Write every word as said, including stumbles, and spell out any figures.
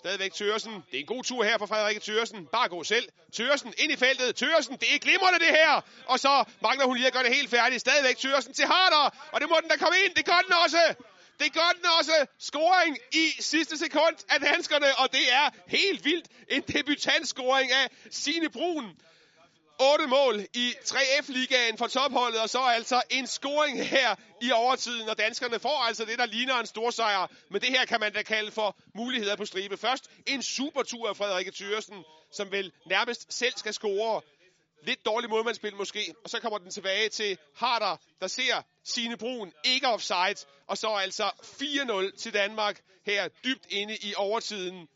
Stadigvæk Thøgersen. Det er en god tur her for Frederikke Thøgersen. Bare gå selv. Thøgersen ind i feltet. Thøgersen, det er glimrende det her. Og så mangler hun lige at gøre det helt færdigt. Stadigvæk Thøgersen til Harder. Og det må den da komme ind. Det gør den også. Det gør den også. Scoring i sidste sekund af danskerne. Og det er helt vildt. En debutantscoring af Signe Brun. otte mål i tre F-ligaen for topholdet, og så altså en scoring her i overtiden, og danskerne får altså det, der ligner en stor sejr. Men det her kan man da kalde for muligheder på stribe. Først en supertur af Frederikke Thøgersen, som vel nærmest selv skal score. Lidt dårlig målmandsspil måske, og så kommer den tilbage til Harder, der ser Signe Brun ikke offside, og så altså fire nul til Danmark her dybt inde i overtiden.